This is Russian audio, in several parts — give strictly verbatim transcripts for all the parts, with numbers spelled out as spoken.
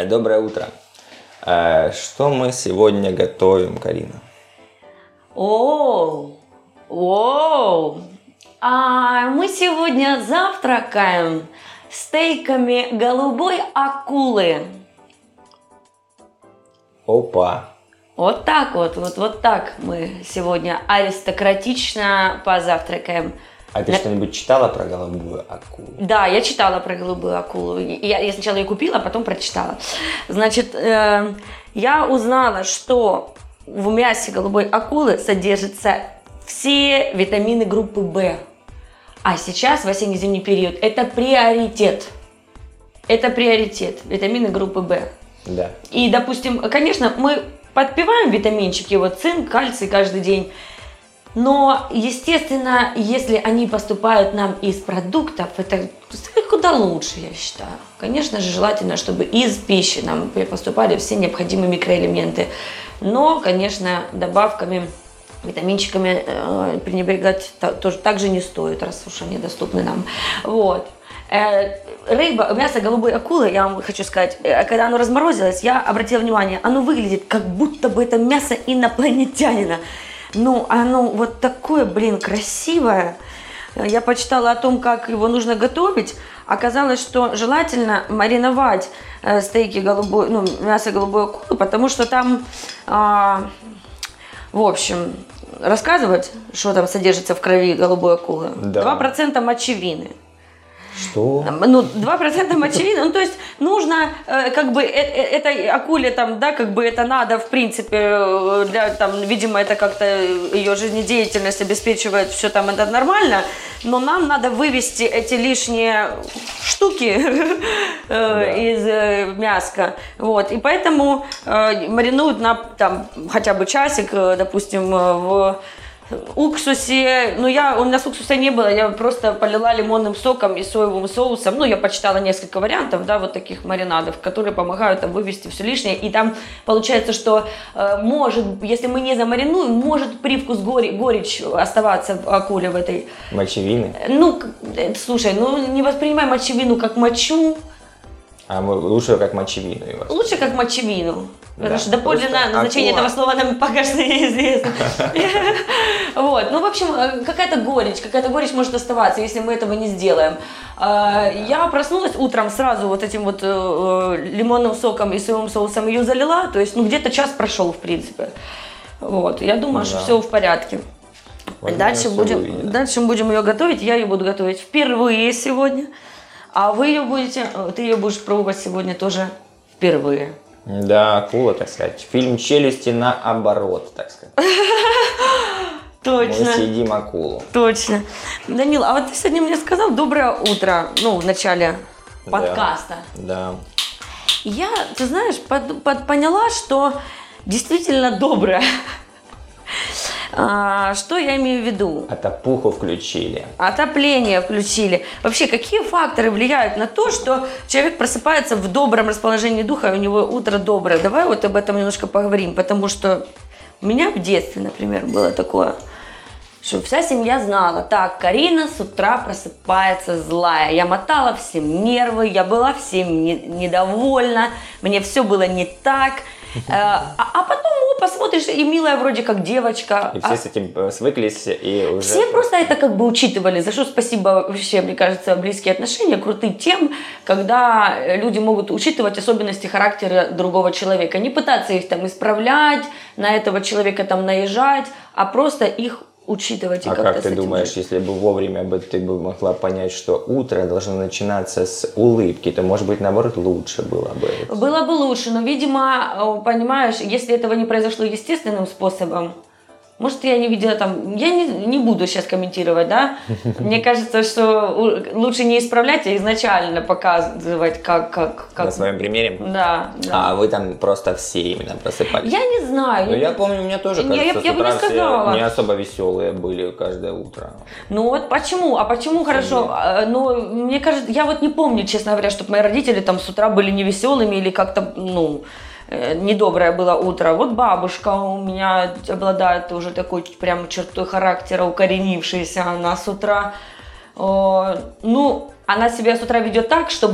Доброе утро. Что мы сегодня готовим, Карина? О, о, а мы сегодня завтракаем стейками голубой акулы. Опа. Вот так вот, вот, вот так мы сегодня аристократично позавтракаем. А ты На... что-нибудь читала про голубую акулу? Да, я читала про голубую акулу. Я, я сначала ее купила, а потом прочитала. Значит, э, я узнала, что в мясе голубой акулы содержатся все витамины группы В. А сейчас, в осенне-зимний период, это приоритет. Это приоритет. Витамины группы В. Да. И, допустим, конечно, мы подпиваем витаминчики, вот цинк, кальций каждый день. Но, естественно, если они поступают нам из продуктов, это куда лучше, я считаю. Конечно же, желательно, чтобы из пищи нам поступали все необходимые микроэлементы. Но, конечно, добавками, витаминчиками э, пренебрегать тоже также не стоит, раз уж они доступны нам. Вот. Э, рыба, мясо голубой акулы, я вам хочу сказать, э, когда оно разморозилось, я обратила внимание, оно выглядит, как будто бы это мясо инопланетянина. Ну, оно вот такое, блин, красивое. Я почитала о том, как его нужно готовить. Оказалось, что желательно мариновать э, стейки голубой, ну, мясо голубой акулы, потому что там, э, в общем, рассказывать, что там содержится в крови голубой акулы. Да. два процента мочевины. Что? Ну, два процента мочевины, ну, то есть нужно, э, как бы, э, э, этой акуле, там, да, как бы это надо, в принципе, для, там, видимо, это как-то ее жизнедеятельность обеспечивает, все там это нормально, но нам надо вывести эти лишние штуки Да. из э, мяска, вот, и поэтому э, маринуют на, там, хотя бы часик, э, допустим, в уксусе, ну я, у нас уксуса не было, я просто полила лимонным соком и соевым соусом, ну я почитала несколько вариантов, да, вот таких маринадов, которые помогают там вывести все лишнее, и там получается, что э, может, если мы не замаринуем, может привкус гори, горечь оставаться в акуле в этой. Мочевины? Ну, слушай, ну не воспринимай мочевину как мочу. А мы лучше как мочевину его. Лучше как мочевину. Да, потому что доподлинно назначение этого слова нам пока что неизвестно. Вот. Ну, в общем, какая-то горечь, какая-то горечь может оставаться, если мы этого не сделаем. Я проснулась утром сразу вот этим вот лимонным соком и соевым соусом ее залила, то есть, ну, где-то час прошел, в принципе. Вот. Я думаю, что все в порядке. Дальше будем, дальше будем ее готовить. Я ее буду готовить впервые сегодня. А вы ее будете, ты ее будешь пробовать сегодня тоже впервые. Да, акула, так сказать. Фильм «Челюсти» наоборот, так сказать. Точно. Мы съедим акулу. Точно. Данил, а вот ты сегодня мне сказал «доброе утро», ну, в начале подкаста. Да. Я, ты знаешь, под, под, поняла, что действительно доброе. А, что я имею в виду? Отопуху включили. Отопление включили. Вообще, какие факторы влияют на то, что человек просыпается в добром расположении духа, и у него утро доброе? Давай вот об этом немножко поговорим, потому что у меня в детстве, например, было такое, что вся семья знала, так, Карина с утра просыпается злая. Я мотала всем нервы, я была всем не, недовольна, мне все было не так. А, а потом, ну, посмотришь, и милая вроде как девочка. И все а... с этим свыклись и уже... Все просто это как бы учитывали, за что спасибо вообще, мне кажется, близкие отношения круты тем, когда люди могут учитывать особенности характера другого человека. Не пытаться их там исправлять, на этого человека там наезжать, а просто их учитывать. И а как ты этим думаешь, жить. если бы вовремя бы ты бы могла понять, что утро должно начинаться с улыбки, то, может быть, наоборот, лучше было бы? Было бы лучше, но, видимо, понимаешь, если этого не произошло естественным способом, может, я не видела там, я не, не буду сейчас комментировать, да? Мне кажется, что лучше не исправлять, а изначально показывать, как... как, как... На своем примере? Да, да. А вы там просто все именно просыпались? Я не знаю. Ну, я помню, у меня тоже, кажется, я, с я бы утра не сказала. все не особо веселые были каждое утро. Ну вот почему? А почему хорошо? Ну, мне кажется, я вот не помню, честно говоря, чтобы мои родители там с утра были невеселыми или как-то, ну... недоброе было утро. Вот бабушка у меня обладает уже такой прям чертой характера, укоренившейся. Она с утра, э, ну, она себя с утра ведет так, чтобы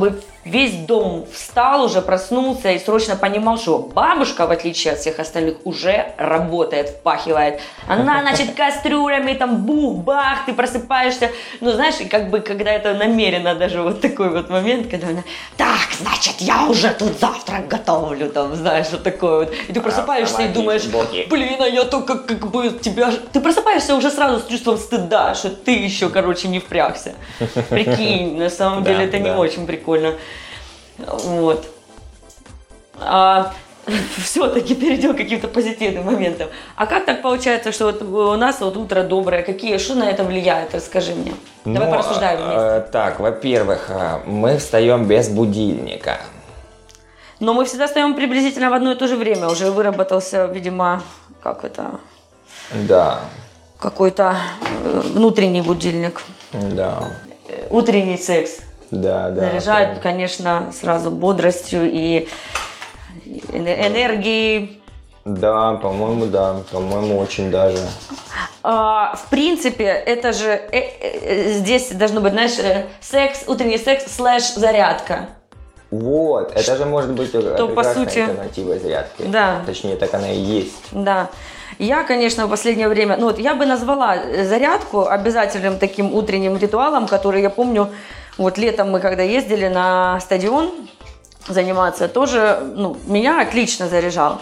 весь дом встал уже, проснулся и срочно понимал, что бабушка, в отличие от всех остальных, уже работает, впахивает. Она, значит, кастрюлями, там, бух-бах, ты просыпаешься. Ну, знаешь, и как бы, когда это намеренно даже вот такой вот момент, когда она, так, значит, я уже тут завтрак готовлю, там, знаешь, вот такое вот. И ты просыпаешься и думаешь, блин, а я только как бы тебя... Ты просыпаешься уже сразу с чувством стыда, что ты еще, короче, не впрягся. Прикинь, на самом деле это не очень прикольно. Вот. А, все-таки перейдем к каким-то позитивным моментам. А как так получается, что вот у нас вот утро доброе? Какие, что на это влияет? Расскажи мне. Давай ну, порассуждаем вместе. Э, так, во-первых, мы встаем без будильника. Но мы всегда встаем приблизительно в одно и то же время. Уже выработался, видимо, как это... Да. Какой-то внутренний будильник. Да. Утренний секс. Да, да. Заряжает, да. конечно, сразу бодростью и энергией. Да, по-моему, да. По-моему, очень даже. А, в принципе, это же э, э, здесь должно быть, знаешь, э, секс, утренний секс слэш зарядка. Вот, это же может быть То, по сути, альтернатива зарядки. Да. Точнее, так она и есть. Да. Я, конечно, в последнее время, ну вот я бы назвала зарядку обязательным таким утренним ритуалом, который я помню, вот летом мы когда ездили на стадион заниматься, тоже, ну, меня отлично заряжал.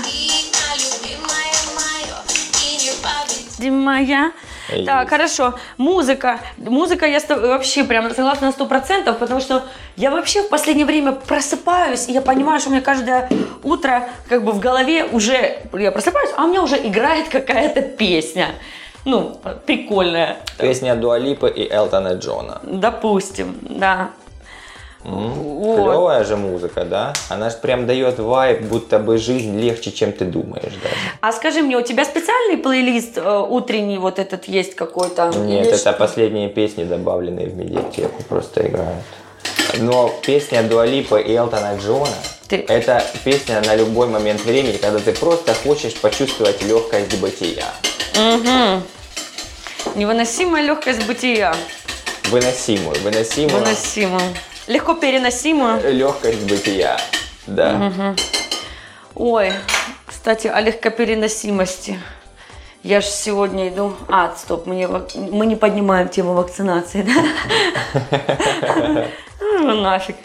Моя. Так, хорошо. Музыка. Музыка, я вообще прям согласна на сто процентов, потому что я вообще в последнее время просыпаюсь, и я понимаю, что у меня каждое утро как бы в голове уже, я просыпаюсь, а у меня уже играет какая-то песня. Ну, прикольная. Песня Дуа Липы и Элтона Джона. Допустим, да. Mm. Вот. Клевая же музыка, да? Она же прям дает вайб, будто бы жизнь легче, чем ты думаешь даже. А скажи мне, у тебя специальный плейлист э, утренний вот этот есть какой-то? Нет, Или это что? последние песни, добавленные в медиатеку, просто играют. Но песня Дуа Липы и Элтона Джона Ты... это песня на любой момент времени, когда ты просто хочешь почувствовать легкость бытия. Угу. Невыносимая легкость бытия. Выносимую, выносимую. Выносимую. Легко переносимую. Легкость бытия, да. Угу. Ой, кстати, о легкопереносимости. Я же сегодня иду... А, стоп, мы не, мы не поднимаем тему вакцинации, да? Ну, нафиг.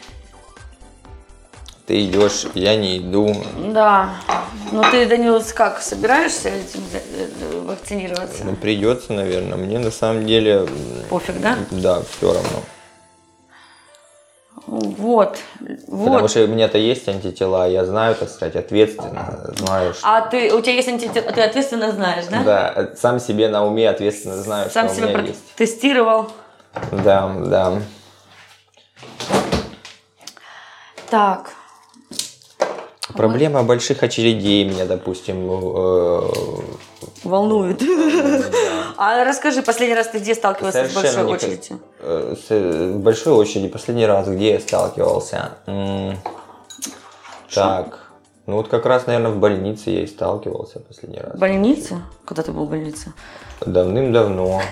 Ты идешь, я не иду. Да. Ну ты, Данилус, как, собираешься этим вакцинироваться? Ну, придется, наверное. Мне на самом деле... Пофиг, да? Да, все равно. Вот, вот. Потому что у меня-то есть антитела, я знаю, так сказать, ответственно, знаю, что... А ты, у тебя есть антитела, ты ответственно знаешь, да? Да, сам себе на уме ответственно знаю, сам что у меня себя есть. тестировал. Да, да. Так. Проблема вот. Больших очередей меня, допустим, э... волнует. Да. А расскажи, последний раз ты где сталкивался Совершенно с большой не... очередью? С большой очередью последний раз, где я сталкивался? М- так, ну вот как раз, наверное, в больнице я и сталкивался последний раз. В больнице? Когда ты был в больнице? Давным-давно.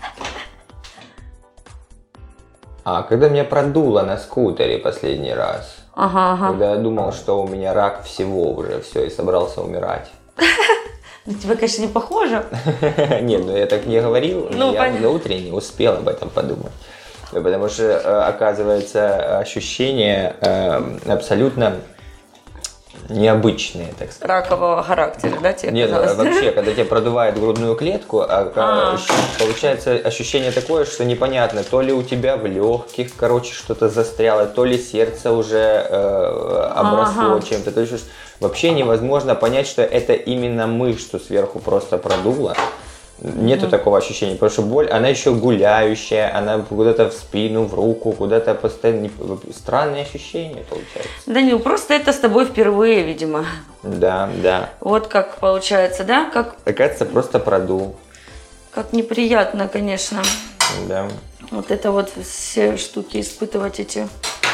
А, когда меня продуло на скутере последний раз. Ага, ага. Когда я думал, что у меня рак всего уже, все, и собрался умирать. На тебя, конечно, не похоже. Нет, ну я так не говорил, ну, я понятно. на утре не успел об этом подумать. Потому что, оказывается, ощущения абсолютно необычные, так сказать. Ракового характера, да, тебе Нет, казалось? вообще, когда тебя продувает грудную клетку, А. получается ощущение такое, что непонятно, то ли у тебя в легких, короче, что-то застряло, то ли сердце уже э, обросло ага. чем-то, то есть вообще невозможно понять, что это именно мышцу сверху просто продуло. Нету mm. такого ощущения, потому что боль, она еще гуляющая, она куда-то в спину, в руку, куда-то постоянно... Странные ощущения получается. Данил, просто это с тобой впервые, видимо. Да, да. Вот как получается, да? Как... Оказывается, просто продул. Как неприятно, конечно. Да. Вот это вот все штуки испытывать эти...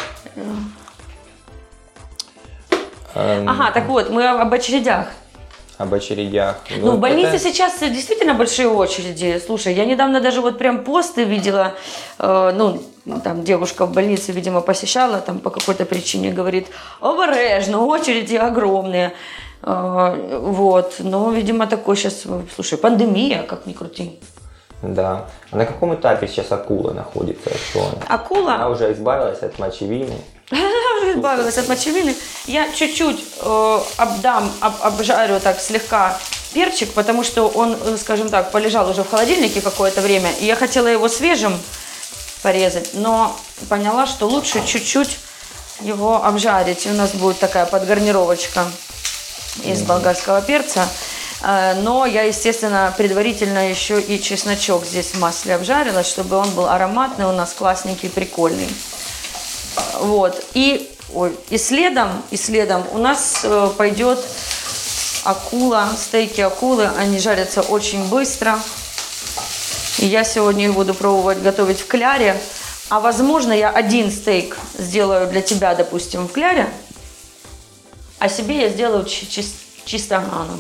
Um... Ага, так вот, мы об очередях. об очередях. Ну, в больнице это... сейчас действительно большие очереди. Слушай, я недавно даже вот прям посты видела, э, ну, там девушка в больнице, видимо, посещала, там по какой-то причине говорит, обережно, очереди огромные. Э, вот, но, видимо, такой сейчас, слушай, пандемия, как ни крути. Да. А на каком этапе сейчас акула находится? Что она? Акула? Она уже избавилась от мочевины. Она уже избавилась от мочевины. Я чуть-чуть э, обдам, об, обжарю так слегка перчик, потому что он, скажем так, полежал уже в холодильнике какое-то время. И я хотела его свежим порезать, но поняла, что лучше чуть-чуть его обжарить. И у нас будет такая подгарнировочка из болгарского перца. Но я, естественно, предварительно еще и чесночок здесь в масле обжарила, чтобы он был ароматный, у нас классненький, прикольный. Вот. И, ой, и следом, и следом у нас э, пойдет акула, стейки акулы. Они жарятся очень быстро. И я сегодня их буду пробовать готовить в кляре. А возможно, я один стейк сделаю для тебя, допустим, в кляре, а себе я сделаю чи- чи- чисто граном.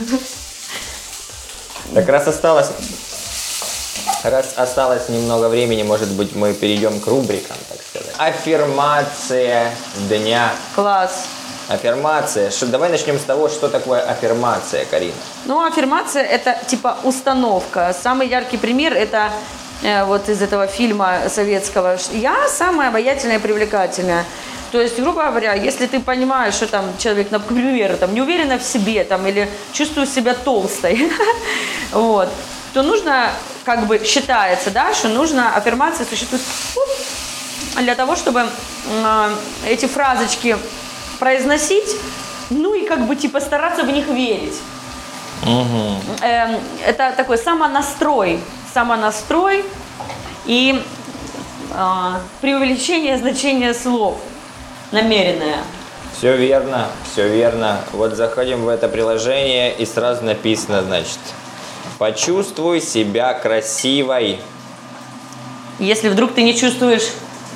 Так раз осталось, раз осталось немного времени, может быть, мы перейдем к рубрикам, так сказать. Аффирмация дня. Класс. Аффирмация. Что, давай начнем с того, что такое аффирмация, Карина. Ну, аффирмация – это типа установка. Самый яркий пример – это э, вот из этого фильма советского. Я самая обаятельная и привлекательная. То есть, грубо говоря, если ты понимаешь, что там человек, например, там, не уверена в себе там, или чувствует себя толстой, вот, то нужно, как бы считается, да, что нужно, аффирмация существует для того, чтобы э, эти фразочки произносить, ну и как бы типа стараться в них верить. Угу. Э, это такой самонастрой, самонастрой и э, преувеличение значения слов. Намеренная. Все верно, все верно. Вот заходим в это приложение и сразу написано, значит, почувствуй себя красивой. Если вдруг ты не чувствуешь...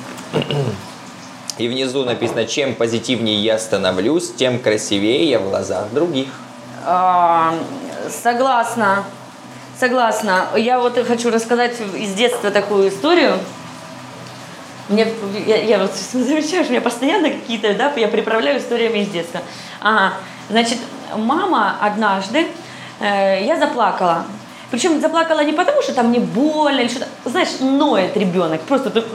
И внизу написано, чем позитивнее я становлюсь, тем красивее я в глазах других. А, согласна, согласна. Я вот хочу рассказать из детства такую историю. Мне, я, я вот замечаю, что у меня постоянно какие-то, да, я приправляю историями из детства. Ага, значит, мама однажды, э, я заплакала. Причем заплакала не потому, что там мне больно или что-то, знаешь, ноет ребенок, просто тут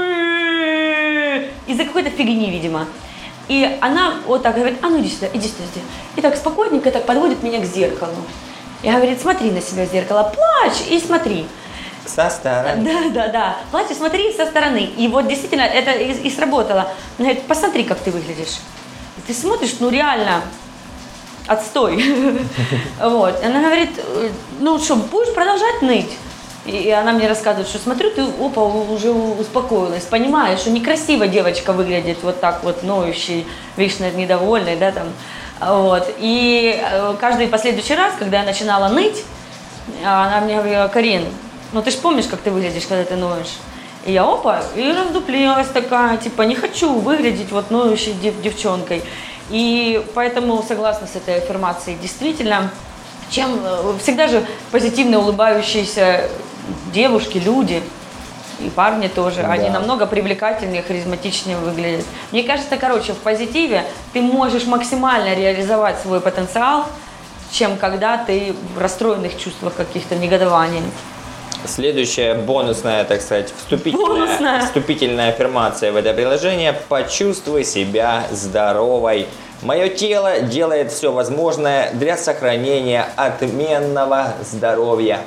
из-за какой-то фигни, видимо. И она вот так говорит, а ну иди сюда, иди сюда, иди. И так спокойненько так подводит меня к зеркалу. И говорит, смотри на себя в зеркало, плачь и смотри. Со стороны. Да, да, да. Плачь и смотри со стороны. И вот действительно это и, и сработало. Она говорит, посмотри, как ты выглядишь. И ты смотришь, ну реально, отстой. Вот. И она говорит, ну что, будешь продолжать ныть? И она мне рассказывает, что смотрю, ты, опа, уже успокоилась, понимаешь, что некрасиво девочка выглядит вот так вот, ноющей, вечно недовольной, да, там. Вот. И каждый последующий раз, когда я начинала ныть, она мне говорила, Карин, ну ты же помнишь, как ты выглядишь, когда ты ноешь? И я, опа, и раздуплилась такая, типа, не хочу выглядеть вот ноющей дев- девчонкой. И поэтому согласна с этой аффирмацией. Действительно, чем всегда же позитивно улыбающиеся девушки, люди, и парни тоже, да. Они намного привлекательнее, харизматичнее выглядят. Мне кажется, короче, в позитиве ты можешь максимально реализовать свой потенциал, чем когда ты в расстроенных чувствах каких-то негодований. Следующая бонусная, так сказать, вступительная, бонусная. вступительная аффирмация в это приложение. Почувствуй себя здоровой. Мое тело делает все возможное для сохранения отменного здоровья.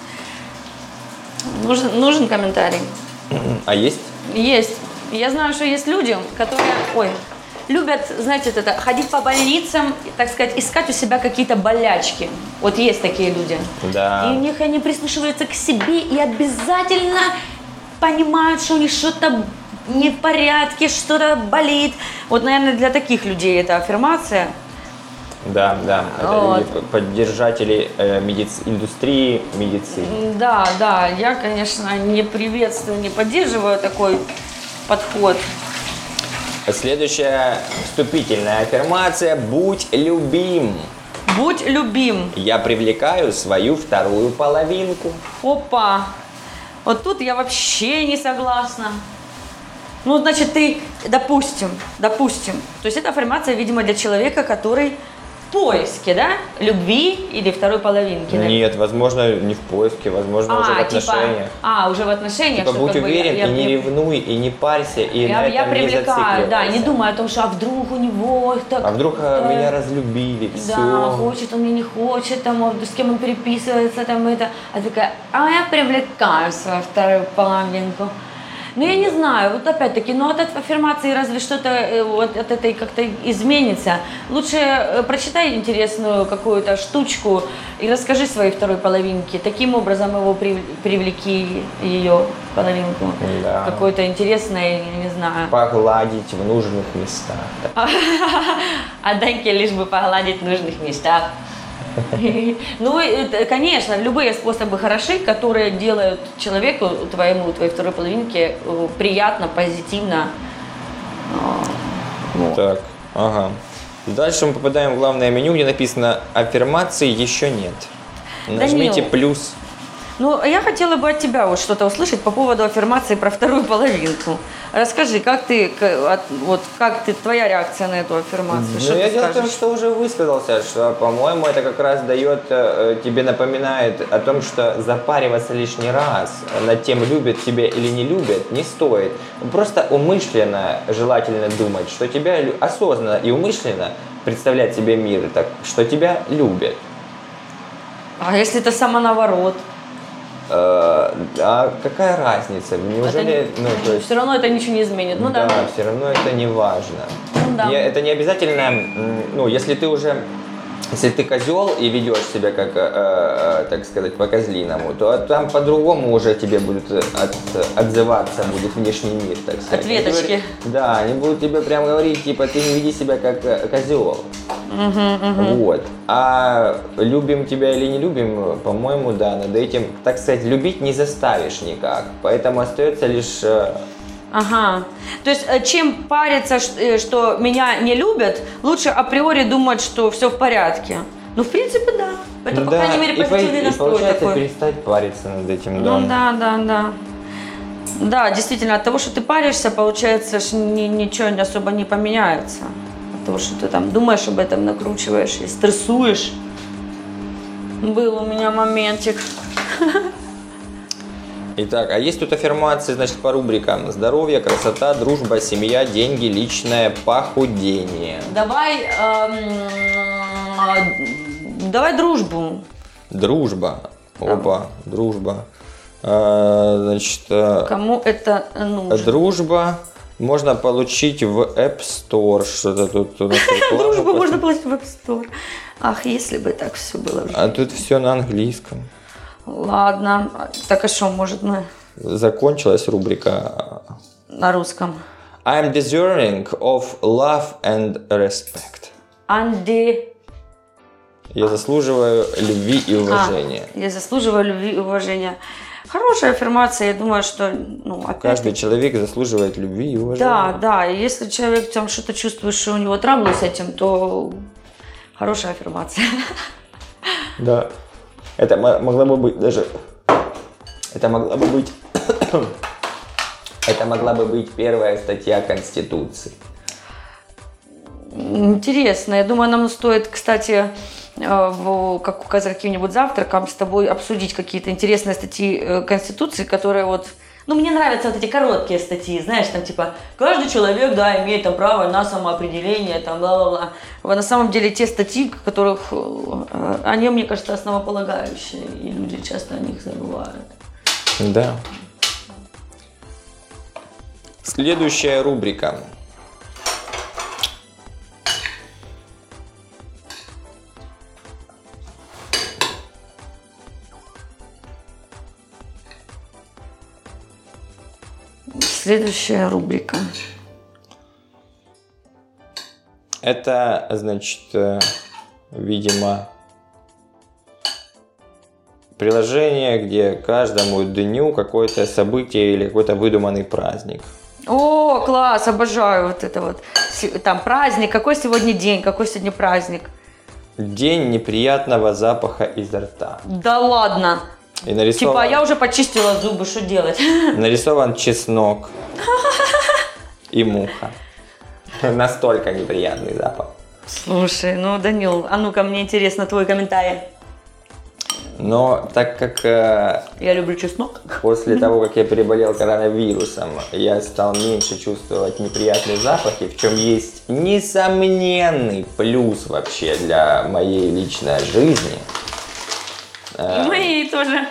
Нужен, нужен комментарий. А есть? Есть. Я знаю, что есть люди, которые, ой, любят, знаете, это, ходить по больницам, так сказать, искать у себя какие-то болячки. Вот есть такие люди. Да. И у них они прислушиваются к себе и обязательно понимают, что у них что-то не в порядке, что-то болит. Вот, наверное, для таких людей это аффирмация. Да, да, это вот. люди, поддержатели э, медици... индустрии медицины. Да, да, я, конечно, не приветствую, не поддерживаю такой подход. Следующая вступительная аффирмация – будь любим. Будь любим. Я привлекаю свою вторую половинку. Опа. Вот тут я вообще не согласна. Ну, значит, ты, допустим, допустим, то есть это аффирмация, видимо, для человека, который в поиске, да, любви или второй половинки. Нет, возможно, не в поиске, возможно, а, уже в типа, отношениях. А, уже в отношениях. Типа, будь уверен, я, и не я, ревнуй, и не парься, и я, на я этом не привлекаю, да, не зацикливайся. думаю о том, что а вдруг у него так... А вдруг э, меня разлюбили, все. Да, хочет он, меня не хочет, там, а с кем он переписывается, там, это. А такая, а я привлекаю свою вторую половинку. Ну, я не знаю, вот опять-таки, ну, от аффирмации разве что-то э, вот от этой как-то изменится. Лучше э, прочитай интересную какую-то штучку и расскажи своей второй половинке. Таким образом его прив- привлеки, ее половинку. Да. Какой-то интересной, я не знаю. Погладить в нужных местах. А Даньке лишь бы погладить в нужных местах. Ну, это, конечно, любые способы хороши, которые делают человеку, твоему, твоей второй половинке приятно, позитивно. Вот. Так, ага. Дальше мы попадаем в главное меню, где написано «Аффирмации еще нет». Нажмите Данил, плюс. Ну, я хотела бы от тебя вот что-то услышать по поводу аффирмации про вторую половинку. Расскажи, как ты, вот, как ты, твоя реакция на эту аффирмацию? Ну, что я ты дело в том, скажешь? что уже высказался, что, по-моему, это как раз дает, э, тебе напоминает о том, что запариваться лишний раз над тем, любят тебя или не любят, не стоит. Просто умышленно желательно думать, что тебя, осознанно и умышленно представлять себе мир так, что тебя любят. А если это само наоборот? А какая разница? Неужели, Это, ну, то есть, все равно это ничего не изменит. Ну да. Да, все равно это не важно. Ну, да. Не, это не обязательно, ну, если ты уже, если ты козел и ведешь себя как, э, э, так сказать, по-козлиному, то там по-другому уже тебе будут от, отзываться, будет внешний мир, так сказать. Ответочки. Они, да, они будут тебе прям говорить, типа, ты не веди себя как козел. Угу, угу. Вот. А любим тебя или не любим, по-моему, да, над этим, так сказать, любить не заставишь никак. Поэтому остается лишь... Ага. То есть, чем париться, что меня не любят, лучше априори думать, что все в порядке. Ну, в принципе, да. Это, по да, крайней мере, позитивный и, настрой и получается такой. перестать париться над этим, да. Ну, да, да, да. Да, действительно, от того, что ты паришься, получается, ни, ничего особо не поменяется. От того, что ты там думаешь об этом, накручиваешь и стрессуешь. Был у меня моментик. Итак, а есть тут аффирмации, значит, по рубрикам: здоровье, красота, дружба, семья, деньги, личное похудение. Давай, эм, давай дружбу. Дружба. Опа, дружба. А, значит, кому это нужно? Дружба можно получить в App Store. Что-то тут у нас реклама. Дружбу можно получить в App Store. Ах, если бы так все было. А тут все на английском. Ладно. Так а что, может, мы... Закончилась рубрика на русском. I'm deserving of love and respect. Анди... Я заслуживаю любви и уважения. А, я заслуживаю любви и уважения. Хорошая аффирмация, я думаю, что... Ну, опять Каждый человек заслуживает любви и уважения. Да, да, и если человек там что-то чувствует, что у него траблы с этим, то хорошая аффирмация. Да. Это могла бы быть даже... Это могла бы быть... Это могла бы быть первая статья Конституции. Интересно. Я думаю, нам стоит, кстати, в, как каким-нибудь завтраком с тобой обсудить какие-то интересные статьи Конституции, которые вот... Ну, мне нравятся вот эти короткие статьи, знаешь, там типа каждый человек, да, имеет там право на самоопределение, там, бла-бла-бла. А на самом деле те статьи, которых, они, мне кажется, основополагающие, и люди часто о них забывают. Да. Следующая рубрика. Следующая рубрика. Это, значит, видимо, приложение, где каждому дню какое-то событие или какой-то выдуманный праздник. О, класс, обожаю вот это вот. Там праздник, какой сегодня день, какой сегодня праздник. День неприятного запаха изо рта. Да ладно. И нарисован... Типа, я уже почистила зубы, что делать? Нарисован чеснок и муха. Настолько неприятный запах. Слушай, ну, Данил, а ну-ка, мне интересно твой комментарий. Но так как э, Я люблю чеснок. после того, как я переболел коронавирусом, я стал меньше чувствовать неприятные запахи, в чем есть несомненный плюс вообще для моей личной жизни. И мои тоже.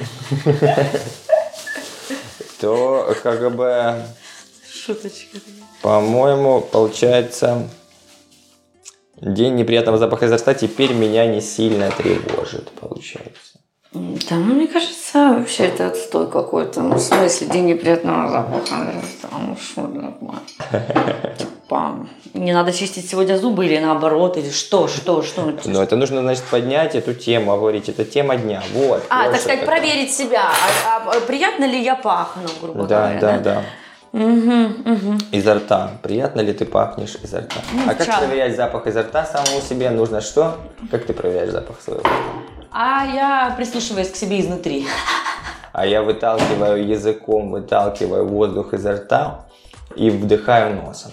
То как бы, Шуточка. по-моему, получается, день неприятного запаха изо рта теперь меня не сильно тревожит, получается. Да, ну, мне кажется, вообще это отстой какой-то. Ну, в смысле, день неприятного запаха. Ну, что такое? Типа, не надо чистить сегодня зубы или наоборот, или что, что, что? Но это нужно, значит, поднять эту тему, говорить, это тема дня, вот. А, вот так сказать, такое. проверить себя, а, а приятно ли я пахну, грубо Да, говоря, да, да? да. Угу, угу. Изо рта. Приятно ли ты пахнешь изо рта? Ну, а как ча. проверять запах изо рта самому себе? Нужно что? Как ты проверяешь запах своего рта? А я прислушиваюсь к себе изнутри. А я выталкиваю языком, выталкиваю воздух изо рта и вдыхаю носом.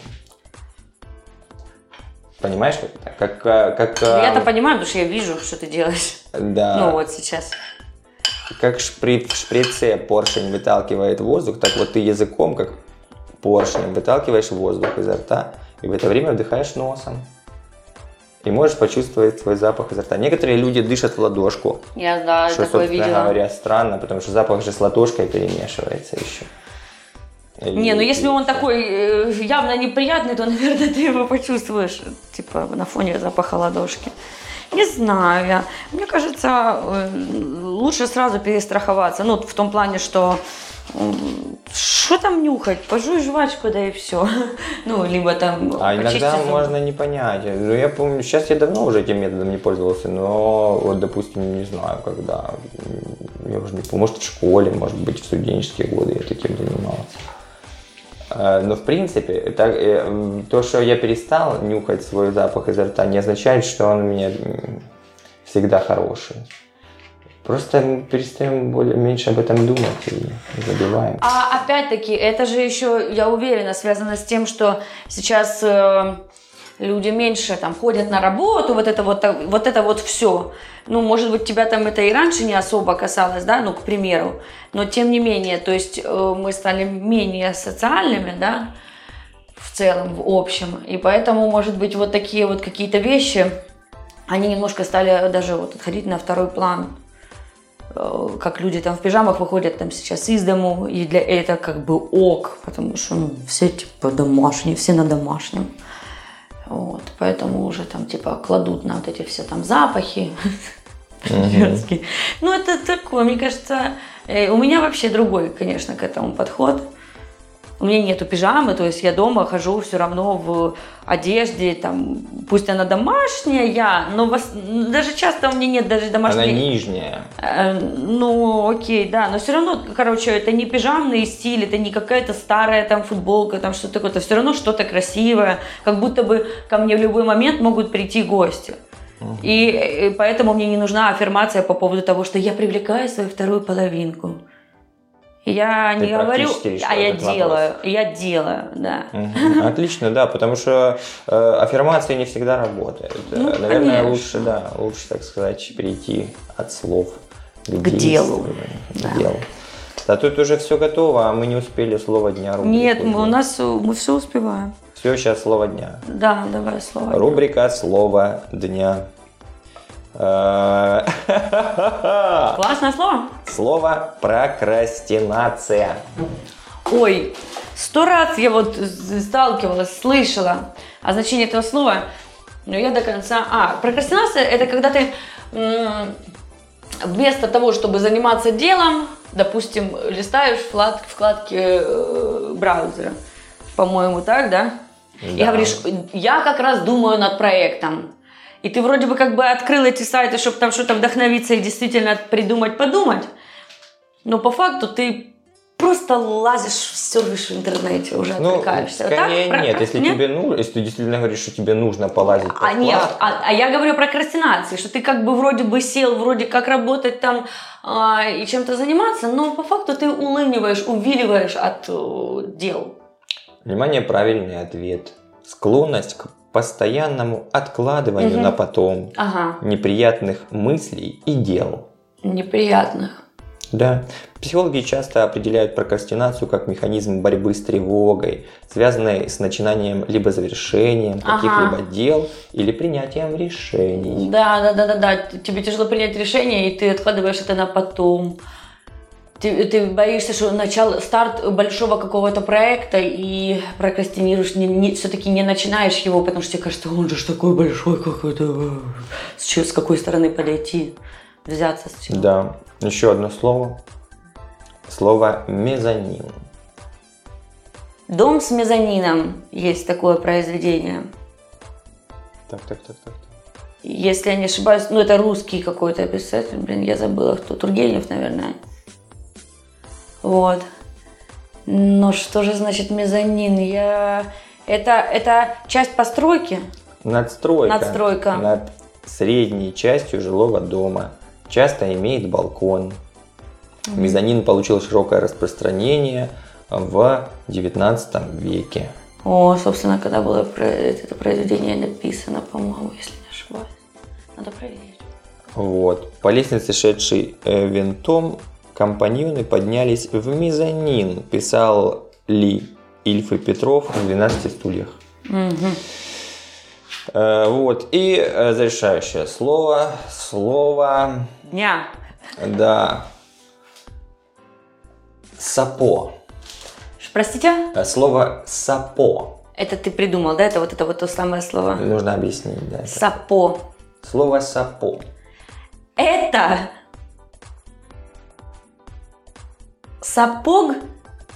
Понимаешь, как это? Как, как, Я-то понимаю, потому что я вижу, что ты делаешь. Да. Ну вот сейчас. Как шприц, в шприце поршень выталкивает воздух, так вот ты языком, как поршнем, выталкиваешь воздух изо рта и в это время вдыхаешь носом. И можешь почувствовать свой запах изо рта. Некоторые люди дышат в ладошку. Я, да, что, такое собственно видела. говоря, странно, потому что запах же с ладошкой перемешивается еще. И, Не, ну если и он всё. такой э, явно неприятный, то, наверное, ты его почувствуешь, типа, на фоне запаха ладошки. Не знаю я. Мне кажется, э, лучше сразу перестраховаться. Ну, в том плане, что что там нюхать? Пожуй жвачку, да и все. Ну, либо там А иногда зубы. можно не понять. Ну, я помню, сейчас я давно уже этим методом не пользовался, но вот, допустим, не знаю, когда. Я уже не помню, может, в школе, может быть, в студенческие годы я таким занимался. Но, в принципе, так, то, что я перестал нюхать свой запах изо рта, не означает, что он у меня всегда хороший. Просто мы перестаем более, меньше об этом думать и забиваем. А опять-таки, это же еще, я уверена, связано с тем, что сейчас э, люди меньше там ходят на работу, вот это вот, вот это вот все. Ну, может быть, тебя там это и раньше не особо касалось, да, ну, к примеру. Но тем не менее, то есть э, мы стали менее социальными, да, в целом, в общем. И поэтому, может быть, вот такие вот какие-то вещи, они немножко стали даже вот отходить на второй план. Как люди там в пижамах выходят там сейчас из дому, и для этого как бы ок, потому что ну, все типа домашние, все на домашнем. Вот, поэтому уже там типа кладут на вот эти все там запахи. Mm-hmm. Ну это такое, мне кажется, у меня вообще другой, конечно, к этому подход. У меня нету пижамы, то есть я дома хожу все равно в одежде, там, пусть она домашняя, я, но вас, даже часто у меня нет даже домашней. Она нижняя. Э, ну, окей, да, но все равно, короче, это не пижамный стиль, это не какая-то старая там футболка, там что-то такое, это все равно что-то красивое, как будто бы ко мне в любой момент могут прийти гости. Угу. И, и поэтому мне не нужна аффирмация по поводу того, что я привлекаю свою вторую половинку. Я Ты не говорю, а я делаю, вопрос. я делаю, да. Угу. Отлично, да, потому что э, аффирмации не всегда работают. Ну, Наверное, конечно. лучше, да, лучше, так сказать, перейти от слов к, к делу. К Да. делу. Да, тут уже все готово, а мы не успели слово дня. Нет, мы, у нас мы все успеваем. Все, сейчас слово дня. Да, давай слово. Рубрика «Слово дня». Классное слово. Слово прокрастинация. Ой, сто раз я вот сталкивалась, слышала о значении этого слова, но я до конца... А, прокрастинация – это когда ты м- вместо того, чтобы заниматься делом, допустим, листаешь вклад, вкладки э, браузера, по-моему, так, да? Да. И говоришь, я как раз думаю над проектом. И ты вроде бы как бы открыл эти сайты, чтобы там что-то вдохновиться и действительно придумать, подумать. Но по факту ты просто лазишь, серфишь в интернете, уже ну, отвлекаешься. Скорее так? нет, если нет? тебе ну, если ты действительно говоришь, что тебе нужно полазить по А нет, а, а я говорю о прокрастинации, что ты как бы вроде бы сел, вроде как работать там а, и чем-то заниматься, но по факту ты улыниваешь, увиливаешь от о, дел. Внимание, правильный ответ. Склонность к постоянному откладыванию Угу. на потом Ага. неприятных мыслей и дел. Неприятных. Да. Психологи часто определяют прокрастинацию как механизм борьбы с тревогой, связанный с начинанием либо завершением каких-либо Ага. дел или принятием решений. Да, да, да, да, да. Тебе тяжело принять решение, и ты откладываешь это на потом. Ты, ты боишься, что начало, старт большого какого-то проекта и прокрастинируешь, не, не, все-таки не начинаешь его, потому что тебе кажется, он же ж такой большой, какой-то. С, чё- с какой стороны подойти, взяться с чего. Да. Еще одно слово. Слово мезонин. Дом с мезонином, есть такое произведение. Так, так, так, так. Если я не ошибаюсь, ну это русский какой-то писатель, блин, я забыла, кто, Тургенев, наверное. Вот. Но что же значит мезонин? Я... Это, это часть постройки? Надстройка. Надстройка. Над средней частью жилого дома. Часто имеет балкон. Mm-hmm. Мезонин получил широкое распространение в девятнадцатом веке. О, собственно, когда было это произведение написано, по-моему, если не ошибаюсь. Надо проверить. Вот. По лестнице, шедшей э, винтом, компаньоны поднялись в мезонин, писал Ли Ильф и Петров в «двенадцати стульях». Угу. Э, вот. И э, завершающее слово. Слово... Дня. Да. Сапо. Простите? Слово сапо. Это ты придумал, да? Это вот это вот то самое слово. Нужно объяснить, да. Сапо. Слово сапо. Это сапог.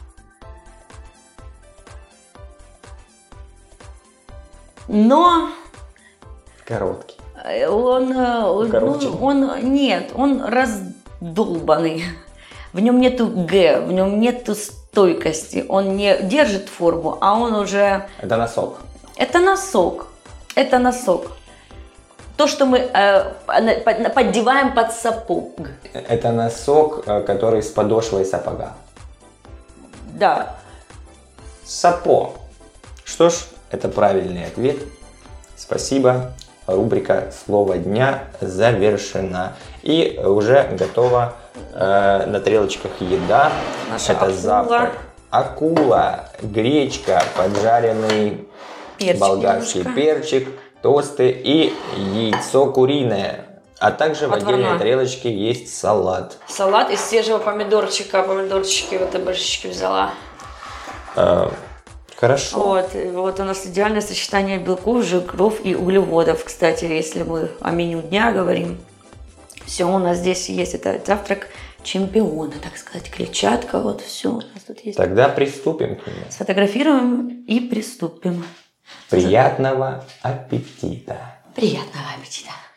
Но Короткий. он, он, Укороченный. ну, он нет, он раздолбанный. В нем нету Г, в нем нету стойкости. Он не держит форму, а он уже... Это носок. Это носок. Это носок. То, что мы э, поддеваем под сапог. Это носок, который с подошвой сапога. Да. Сапо. Что ж, это правильный ответ. Спасибо. Рубрика «Слово дня» завершена. И уже готова э, на тарелочках еда. Наша это акула. завтрак. Акула, гречка, поджаренный Перчик болгарский немножко. перчик, тосты и яйцо куриное. А также в Отварное. отдельной тарелочке есть салат. Салат из свежего помидорчика. Помидорчики вот этой большечки взяла. Э, хорошо. Вот, и вот у нас идеальное сочетание белков, жиров и углеводов. Кстати, если мы о меню дня говорим, все у нас здесь есть. Это завтрак чемпиона, так сказать, клетчатка, вот все у нас тут есть. Тогда приступим к нему. Сфотографируем и приступим. Приятного аппетита! Приятного аппетита!